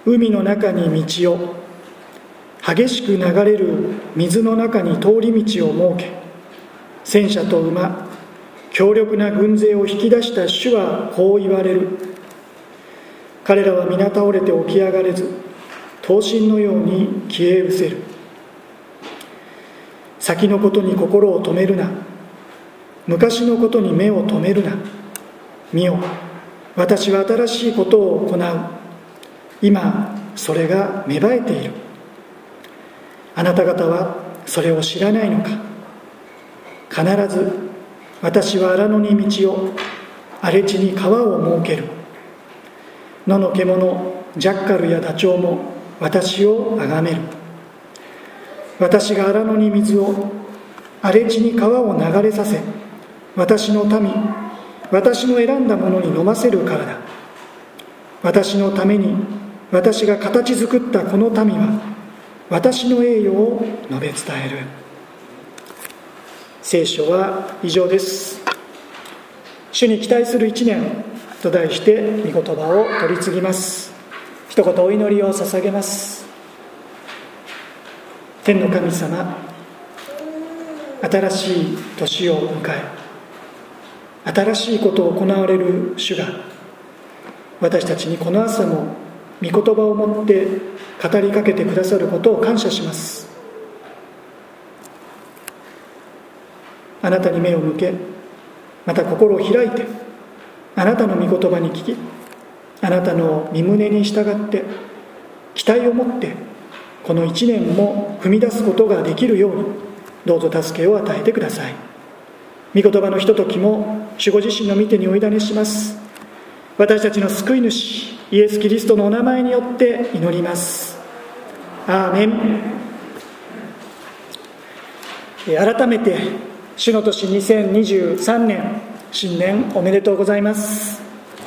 海の中に道を、激しく流れる水の中に通り道を設け、戦車と馬、強力な軍勢を引き出した主はこう言われる。彼らは皆倒れて起き上がれず、刀身のように消え失せる。先のことに心を留めるな。昔のことに目を留めるな。見よ、私は新しいことを行う。今それが芽生えている。あなた方はそれを知らないのか。必ず私は荒野に道を、荒れ地に川を設ける。野の獣、ジャッカルやダチョウも私をあがめる。私が荒野に水を、荒れ地に川を流れさせ、私の民、私の選んだものに飲ませるからだ。私のために私が形作ったこの民は、私の栄誉を述べ伝える。聖書は以上です。主に期待する一年と題して御言葉を取り次ぎます。一言お祈りを捧げます。天の神様、新しい年を迎え、新しいことを行われる主が、私たちにこの朝も御言葉を持って語りかけてくださることを感謝します。あなたに目を向け、また心を開いて、あなたの御言葉に聞き、あなたの御胸に従って期待を持ってこの一年も踏み出すことができるように、どうぞ助けを与えてください。御言葉のひとときも主ご自身の御手にお委ねします。私たちの救い主イエス・キリストのお名前によって祈ります。アーメン。改めて主の年2023年新年おめでとうございます。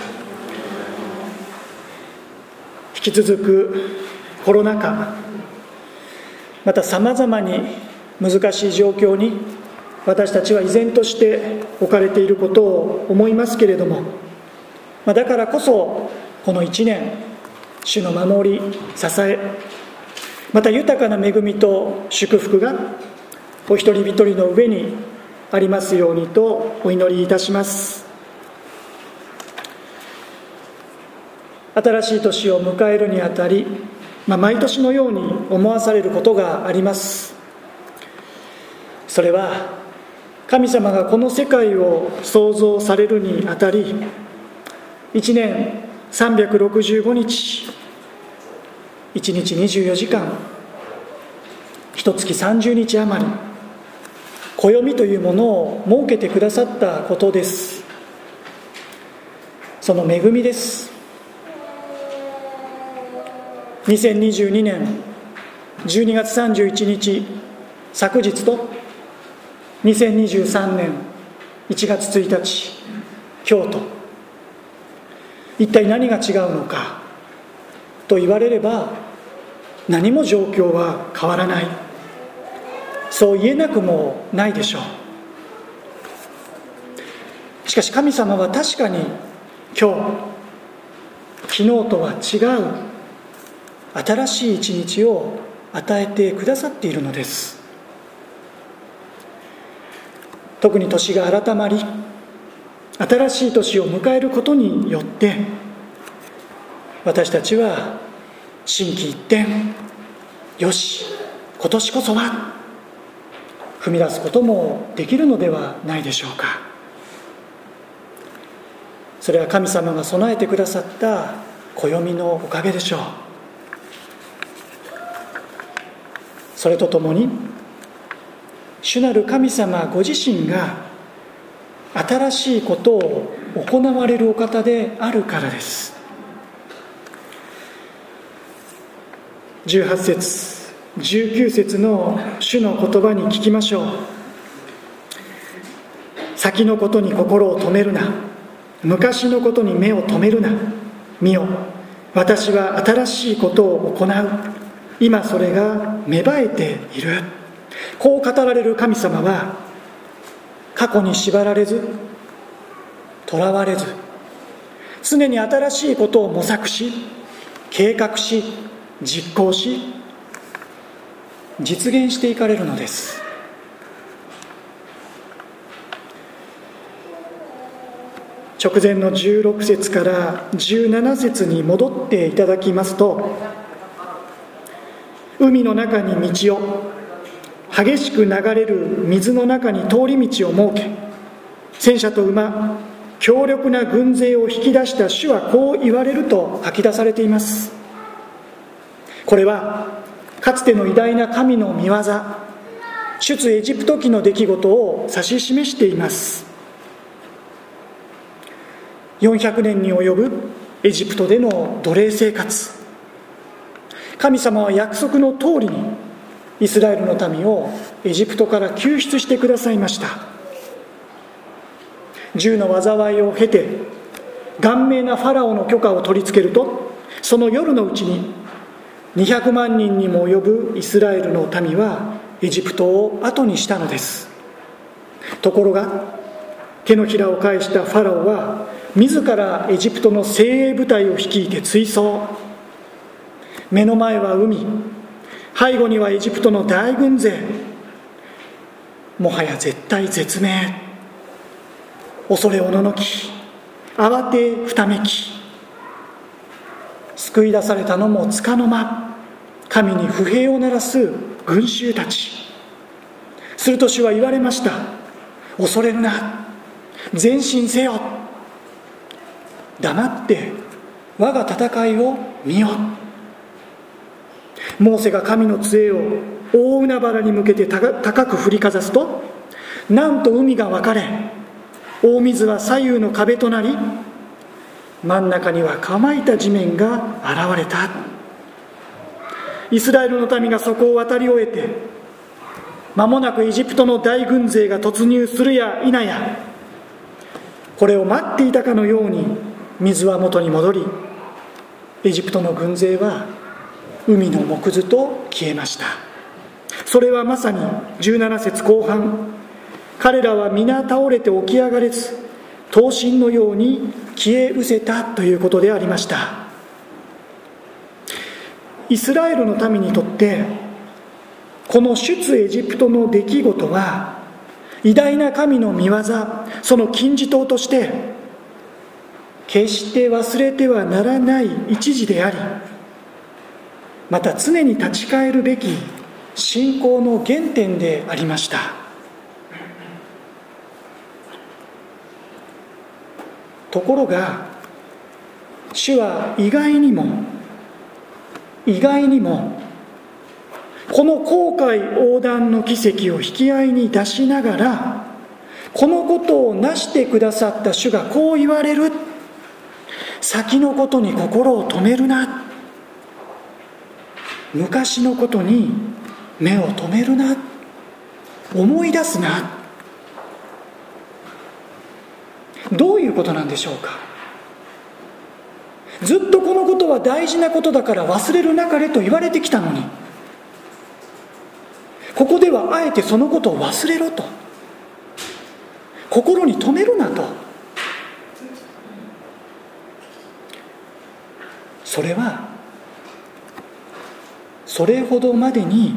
引き続くコロナ禍、またさまざまに難しい状況に私たちは依然として置かれていることを思いますけれども、だからこそこの一年、主の守り支え、また豊かな恵みと祝福がお一人一人の上にありますようにとお祈りいたします。新しい年を迎えるにあたり、毎年のように思わされることがあります。それは神様がこの世界を創造されるにあたり、1年365日、1日24時間、1月30日余り、暦というものを設けてくださったことです。その恵みです。2022年12月31日昨日と、2023年1月1日今日と、一体何が違うのかと言われれば、何も状況は変わらない、そう言えなくもないでしょう。しかし神様は確かに今日、昨日とは違う新しい一日を与えてくださっているのです。特に年が改まり、新しい年を迎えることによって、私たちは心機一転、よし、今年こそは踏み出すこともできるのではないでしょうか。それは神様が備えてくださった暦のおかげでしょう。それとともに、主なる神様ご自身が新しいことを行われるお方であるからです。18節19節の主の言葉に聞きましょう。先のことに心を留めるな、昔のことに目を留めるな。見よ、私は新しいことを行う。今それが芽生えている。こう語られる神様は、過去に縛られず、とらわれず、常に新しいことを模索し、 計画し、実行し、実現していかれるのです。直前の16節から17節に戻っていただきますと、海の中に道を、激しく流れる水の中に通り道を設け、戦車と馬、強力な軍勢を引き出した主はこう言われると書き出されています。これはかつての偉大な神の御業、出エジプト記の出来事を指し示しています。400年に及ぶエジプトでの奴隷生活、神様は約束の通りにイスラエルの民をエジプトから救出してくださいました。10の災いを経て厳命なファラオの許可を取り付けると、その夜のうちに200万人にも及ぶイスラエルの民はエジプトを後にしたのです。ところが手のひらを返したファラオは自らエジプトの精鋭部隊を率いて追走。目の前は海、背後にはエジプトの大軍勢。もはや絶体絶命。恐れおののき、慌てふためき、救い出されたのもつかの間、神に不平を鳴らす群衆たち。すると主は言われました。恐れるな、前進せよ。黙って我が戦いを見よ。モーセが神の杖を大海原に向けて高く振りかざすと、なんと海が分かれ、大水は左右の壁となり、真ん中には乾いた地面が現れた。イスラエルの民がそこを渡り終えて、間もなくエジプトの大軍勢が突入するや否や、これを待っていたかのように水は元に戻り、エジプトの軍勢は海の藻くずと消えました。それはまさに17節後半、彼らは皆倒れて起き上がれず、刀身のように消え失せたということでありました。イスラエルの民にとってこの出エジプトの出来事は偉大な神の御業、その金字塔として決して忘れてはならない一時であり、また常に立ち返るべき信仰の原点でありました。ところが主は意外にもこの航海横断の奇跡を引き合いに出しながら、このことをなしてくださった主がこう言われる。先のことに心を留めるな、昔のことに目を留めるな、思い出すな。どういうことなんでしょうか。ずっとこのことは大事なことだから忘れるなかれと言われてきたのに、ここではあえてそのことを忘れろと、心に留めるなと。それはそれほどまでに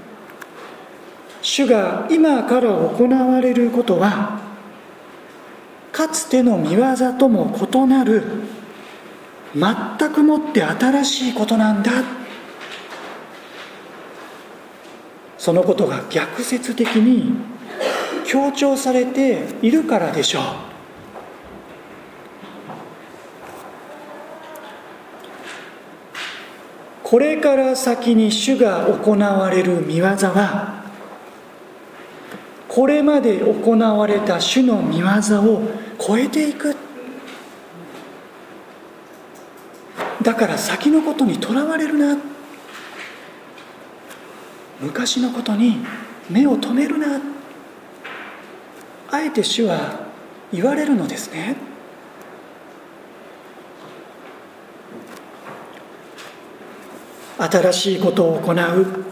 主が今から行われることはかつての御業とも異なる全くもって新しいことなんだ、そのことが逆説的に強調されているからでしょう。これから先に主が行われる御業は、これまで行われた主の御業を超えていく。だから先のことにとらわれるな、昔のことに目を留めるな、あえて主は言われるのですね。新しいことを行う、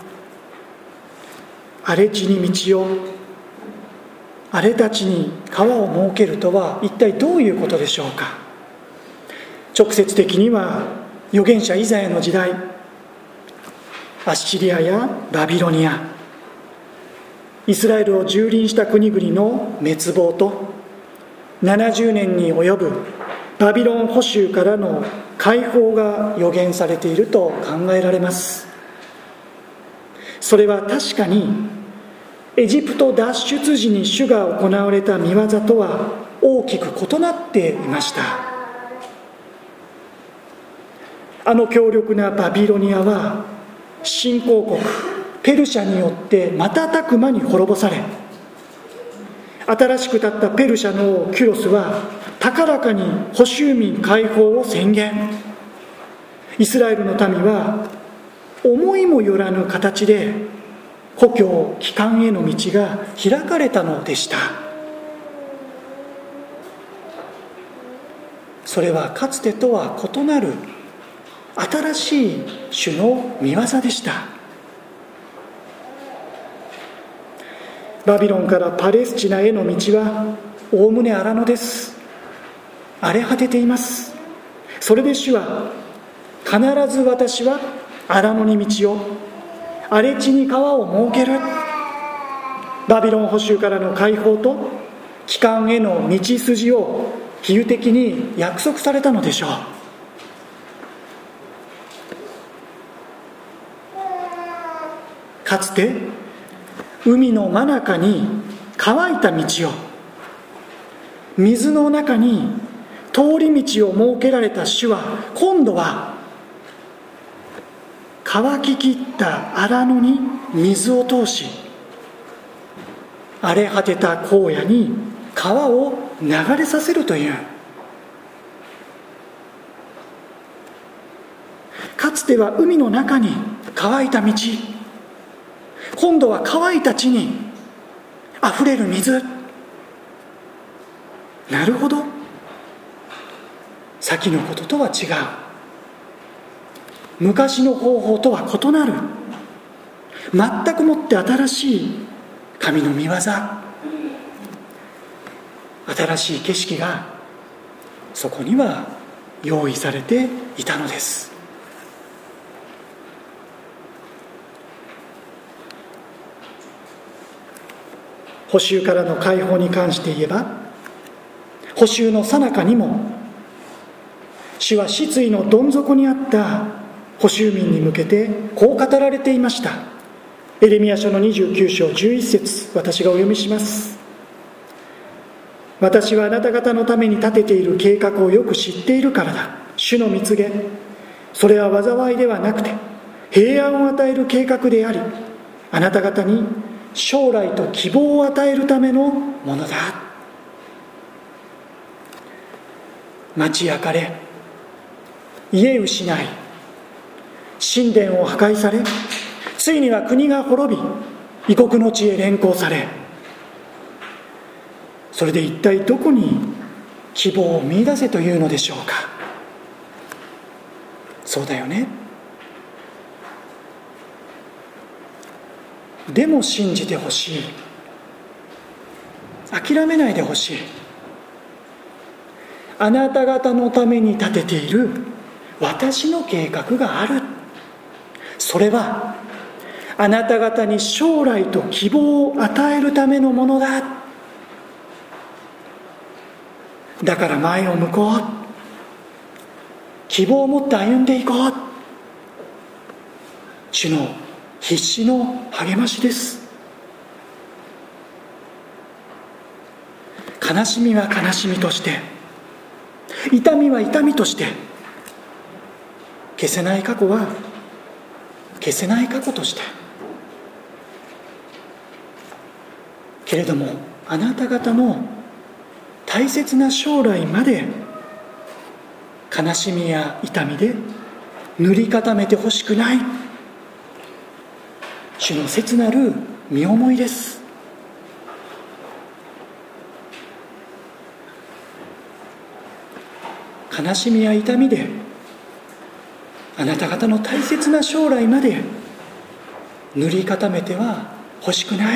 荒れ地に道を、荒れた地に川を設けるとは一体どういうことでしょうか。直接的には預言者イザヤの時代、アッシリアやバビロニア、イスラエルを蹂躙した国々の滅亡と、70年に及ぶバビロン捕囚からの解放が予言されていると考えられます。それは確かにエジプト脱出時に主が行われた御業とは大きく異なっていました。あの強力なバビロニアは新興国ペルシャによって瞬く間に滅ぼされ、新しく立ったペルシャの王キュロスは高らかに捕囚民解放を宣言。イスラエルの民は思いもよらぬ形で故郷帰還への道が開かれたのでした。それはかつてとは異なる新しい種の御業でした。バビロンからパレスチナへの道はおおむね荒野です。荒れ果てています。それで主は、必ず私は荒野に道を、荒れ地に川を設ける。バビロン捕囚からの解放と帰還への道筋を比喩的に約束されたのでしょう。かつて海の真中に乾いた道を、水の中に通り道を設けられた主は、今度は乾ききった荒野に水を通し、荒れ果てた荒野に川を流れさせるという、かつては海の中に乾いた道、今度は乾いた地にあふれる水。なるほど、先のこととは違う。昔の方法とは異なる、全くもって新しい神の御業、新しい景色がそこには用意されていたのです。捕囚からの解放に関して言えば、捕囚の最中にも主は失意のどん底にあった捕囚民に向けてこう語られていました。エレミヤ書の29章11節、私がお読みします。私はあなた方のために立てている計画をよく知っているからだ。主の蜜げ、それは災いではなくて平安を与える計画であり、あなた方に将来と希望を与えるためのものだ。町焼かれ、家失い、神殿を破壊され、ついには国が滅び、異国の地へ連行され、それで一体どこに希望を見出せというのでしょうか。そうだよね。でも信じてほしい。諦めないでほしい。あなた方のために立てている私の計画がある。それはあなた方に将来と希望を与えるためのものだ。だから前を向こう。希望を持って歩んでいこう。主の必死の励ましです。悲しみは悲しみとして、痛みは痛みとして、消せない過去は消せない過去として、けれどもあなた方の大切な将来まで悲しみや痛みで塗り固めてほしくない、主の切なる身思いです。悲しみや痛みであなた方の大切な将来まで塗り固めてはほしくない。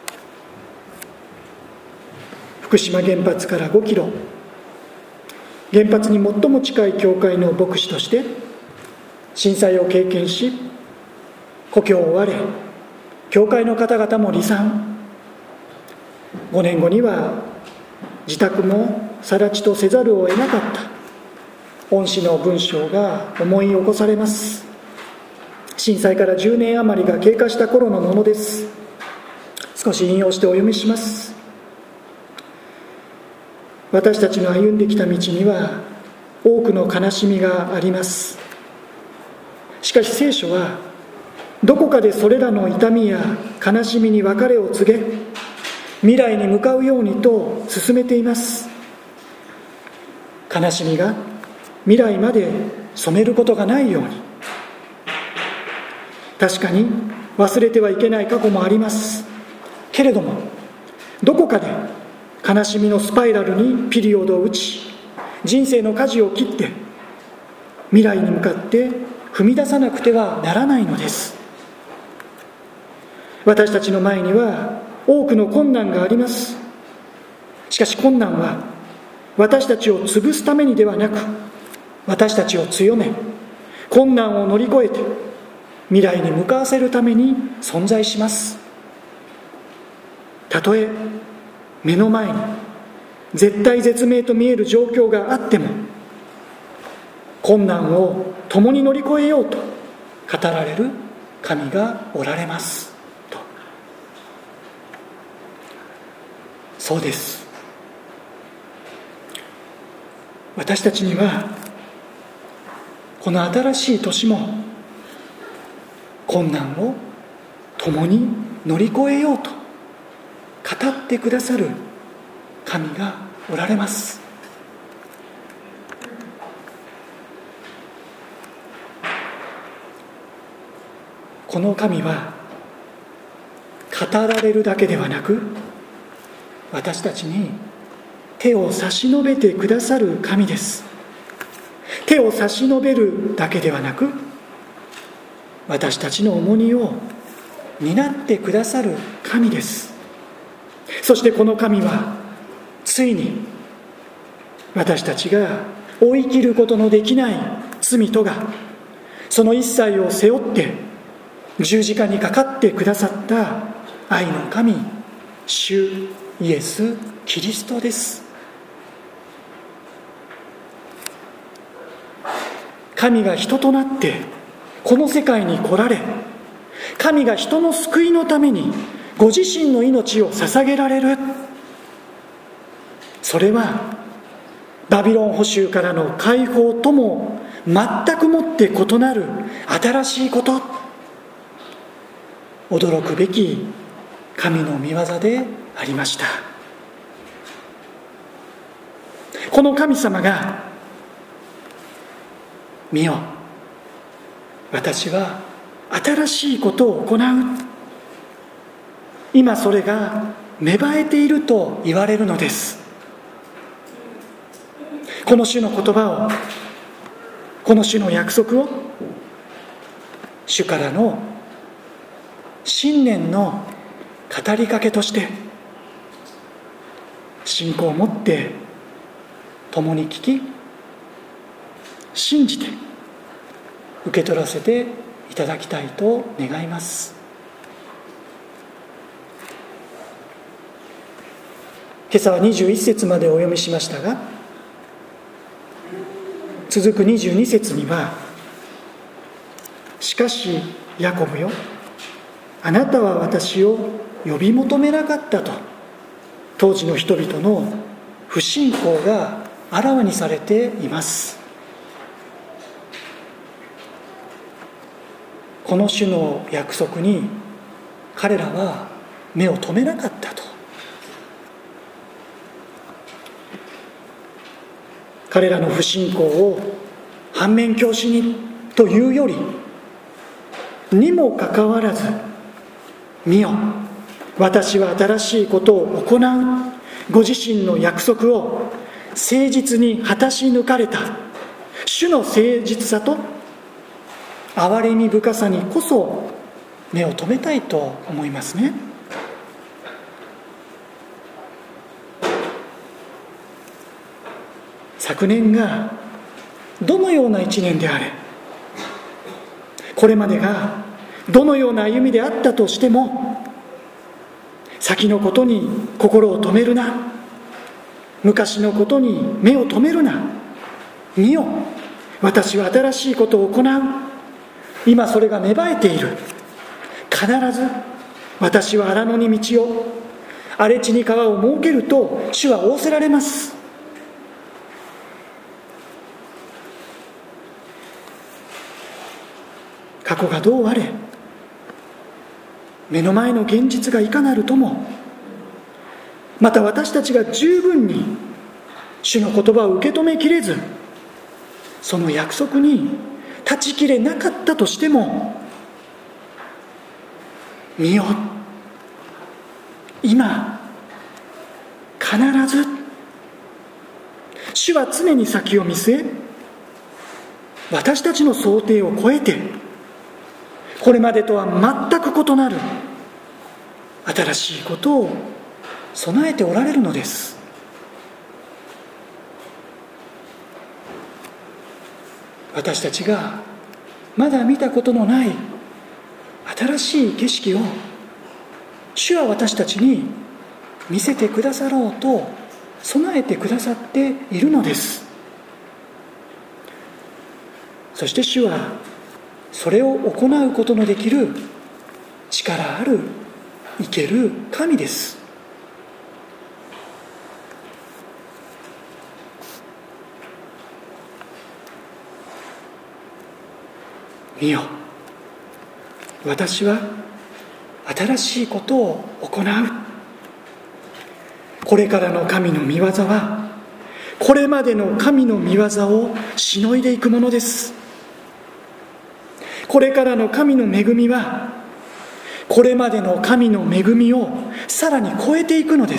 福島原発から5キロ、 原発に最も近い教会の牧師として震災を経験し、故郷を追われ、教会の方々も離散。5年後には自宅も更地とせざるを得なかった恩師の文章が思い起こされます。震災から10年余りが経過した頃のものです。少し引用してお読みします。私たちの歩んできた道には多くの悲しみがあります。しかし聖書はどこかでそれらの痛みや悲しみに別れを告げ、未来に向かうようにと進めています。悲しみが未来まで染めることがないように。確かに忘れてはいけない過去もありますけれども、どこかで悲しみのスパイラルにピリオドを打ち、人生の舵を切って未来に向かって踏み出さなくてはならないのです。私たちの前には多くの困難があります。しかし困難は私たちを潰すためにではなく、私たちを強め、困難を乗り越えて未来に向かわせるために存在します。たとえ目の前に絶対絶命と見える状況があっても、困難を共に乗り越えようと語られる神がおられますと。そうです。私たちにはこの新しい年も困難を共に乗り越えようと語ってくださる神がおられます。この神は語られるだけではなく、私たちに手を差し伸べてくださる神です。手を差し伸べるだけではなく、私たちの重荷を担ってくださる神です。そしてこの神はついに私たちが追い切ることのできない罪とが、その一切を背負って十字架にかかってくださった愛の神、主イエス・キリストです。神が人となってこの世界に来られ、神が人の救いのためにご自身の命を捧げられる。それはバビロン捕囚からの解放とも全くもって異なる新しいこと、驚くべき神の御業でありました。この神様が、見よ、私は新しいことを行う、今それが芽生えていると言われるのです。この主の言葉を、この主の約束を、主からの新年の語りかけとして信仰を持って共に聞き、信じて受け取らせていただきたいと願います。今朝は21節までお読みしましたが、続く22節には、しかしヤコブよ、あなたは私を呼び求めなかったと、当時の人々の不信仰があらわにされています。この主の約束に彼らは目を留めなかったと。彼らの不信仰を反面教師にというよりにもかかわらず、見よ、私は新しいことを行う、ご自身の約束を誠実に果たし抜かれた主の誠実さと憐れみ深さにこそ目を留めたいと思いますね。 昨年がどのような一年であれ、これまでがどのような歩みであったとしても、先のことに心を留めるな、昔のことに目を留めるな。見よ、私は新しいことを行う。今それが芽生えている。必ず私は荒野に道を、荒れ地に川を設けると主は仰せられます。過去がどうあれ、目の前の現実がいかなるとも、また私たちが十分に主の言葉を受け止めきれず、その約束に立ちきれなかったとしても、見よ、今必ず主は常に先を見据え、私たちの想定を超えて、これまでとは全く異なる新しいことを備えておられるのです。私たちがまだ見たことのない新しい景色を主は私たちに見せてくださろうと備えてくださっているのです。そして主はそれを行うことのできる力ある生ける神です。見よ、私は新しいことを行う。これからの神の御業は、これまでの神の御業をしのいでいくものです。これからの神の恵みは、これまでの神の恵みをさらに超えていくのです。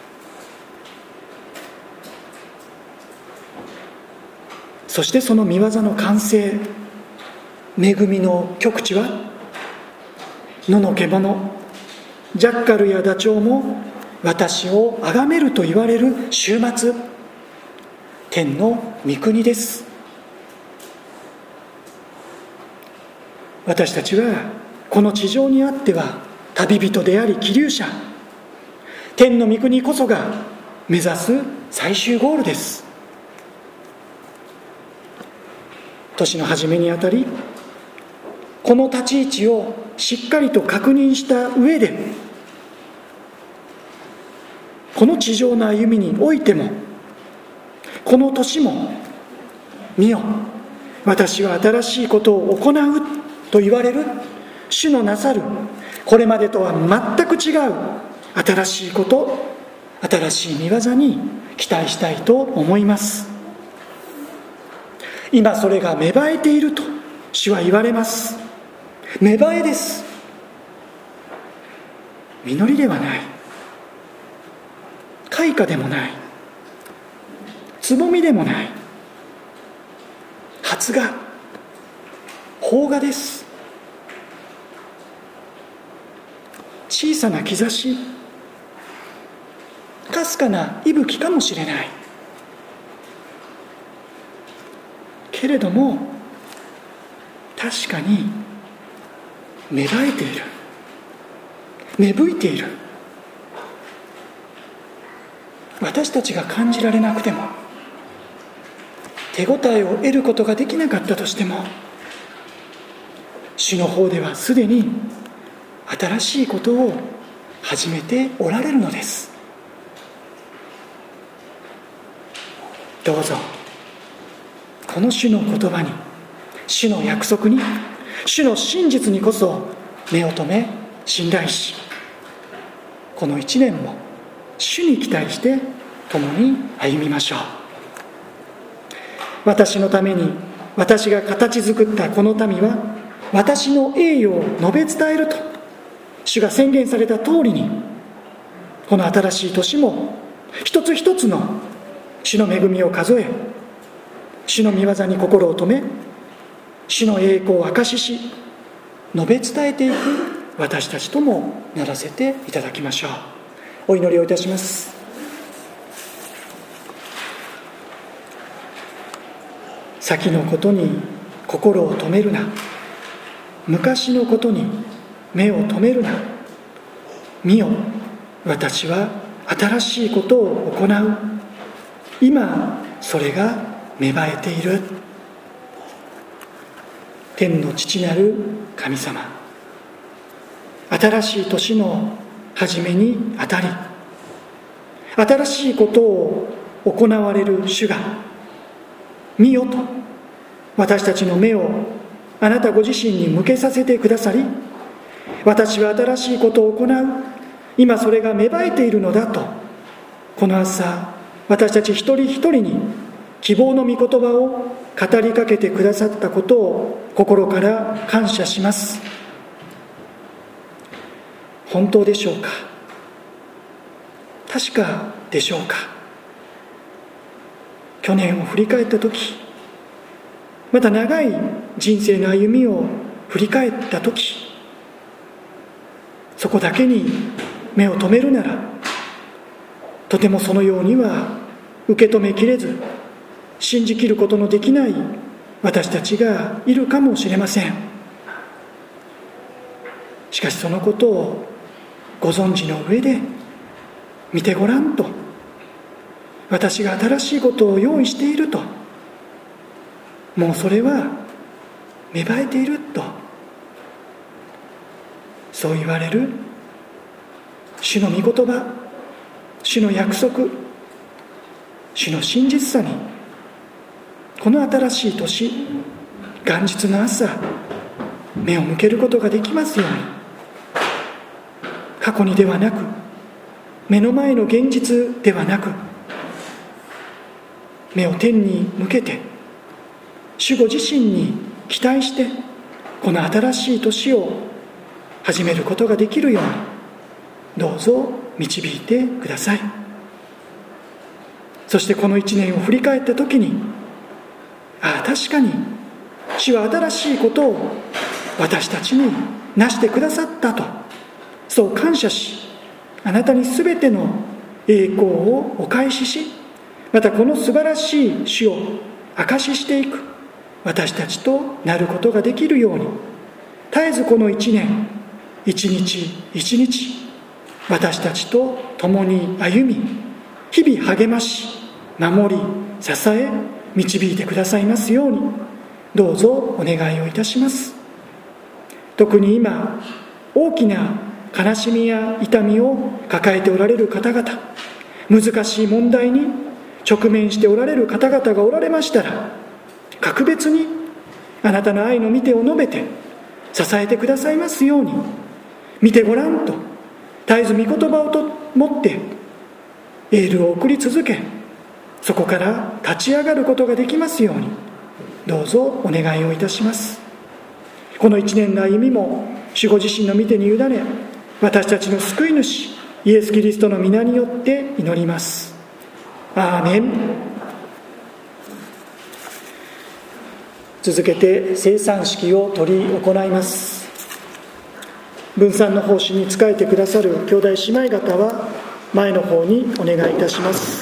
そしてその御業の完成、恵みの極地は、野の獣、ジャッカルやダチョウも私を崇めると言われる終末、天の御国です。私たちはこの地上にあっては旅人であり希留者、天の御国こそが目指す最終ゴールです。年の初めにあたり、この立ち位置をしっかりと確認した上で、この地上の歩みにおいても、この年も、見よ、私は新しいことを行うと言われる主のなさる、これまでとは全く違う新しいこと、新しい御業に期待したいと思います。今それが芽生えていると主は言われます。芽生えです。実りではない、開花でもない、つぼみでもない、発芽、萌芽です。小さな兆し、かすかな息吹かもしれない。けれども確かに芽生えている、芽吹いている。私たちが感じられなくても、手応えを得ることができなかったとしても、主の方ではすでに新しいことを始めておられるのです。どうぞこの主の言葉に、主の約束に、主の真実にこそ目を留め信頼し、この一年も主に期待して共に歩みましょう。私のために私が形作ったこの民は私の栄誉を述べ伝えると主が宣言された通りに、この新しい年も一つ一つの主の恵みを数え、主の御業に心を留め、主の栄光を証しし述べ伝えていく私たちともならせていただきましょう。お祈りをいたします。 先のことに心を止めるな。昔のことに目を止めるな。見よ、私は新しいことを行う。今それが芽生えている。天の父なる神様、新しい年の初めにあたり、新しいことを行われる主が、見よと私たちの目をあなたご自身に向けさせてくださり、私は新しいことを行う。今それが芽生えているのだと、この朝私たち一人一人に希望の御言葉を語りかけてくださったことを心から感謝します。本当でしょうか？確かでしょうか？去年を振り返った時、また長い人生の歩みを振り返った時、そこだけに目を留めるなら、とてもそのようには受け止めきれず、信じきることのできない私たちがいるかもしれません。しかしそのことをご存知の上で、見てごらんと、私が新しいことを用意していると、もうそれは芽生えていると、そう言われる主の御言葉、主の約束、主の真実さに、この新しい年、元日の朝、目を向けることができますように。過去にではなく、目の前の現実ではなく、目を天に向けて、主ご自身に期待して、この新しい年を始めることができるように、どうぞ導いてください。そしてこの一年を振り返ったときに、確かに主は新しいことを私たちになしてくださったと、そう感謝し、あなたにすべての栄光をお返しし、またこの素晴らしい主を証ししていく私たちとなることができるように、絶えずこの一年一日一日、私たちと共に歩み、日々励まし、守り、支え、導いてくださいますように、どうぞお願いをいたします。特に今、大きな悲しみや痛みを抱えておられる方々、難しい問題に直面しておられる方々がおられましたら、格別にあなたの愛の御手を述べて支えてくださいますように、見てごらんと絶えず御言葉を持ってエールを送り続け、そこから立ち上がることができますように、どうぞお願いをいたします。この一年の歩みも主ご自身の御手に委ね、私たちの救い主イエス・キリストの皆によって祈ります。アーメン。続けて聖餐式を執り行います。分散の奉仕に仕えてくださる兄弟姉妹方は前の方にお願いいたします。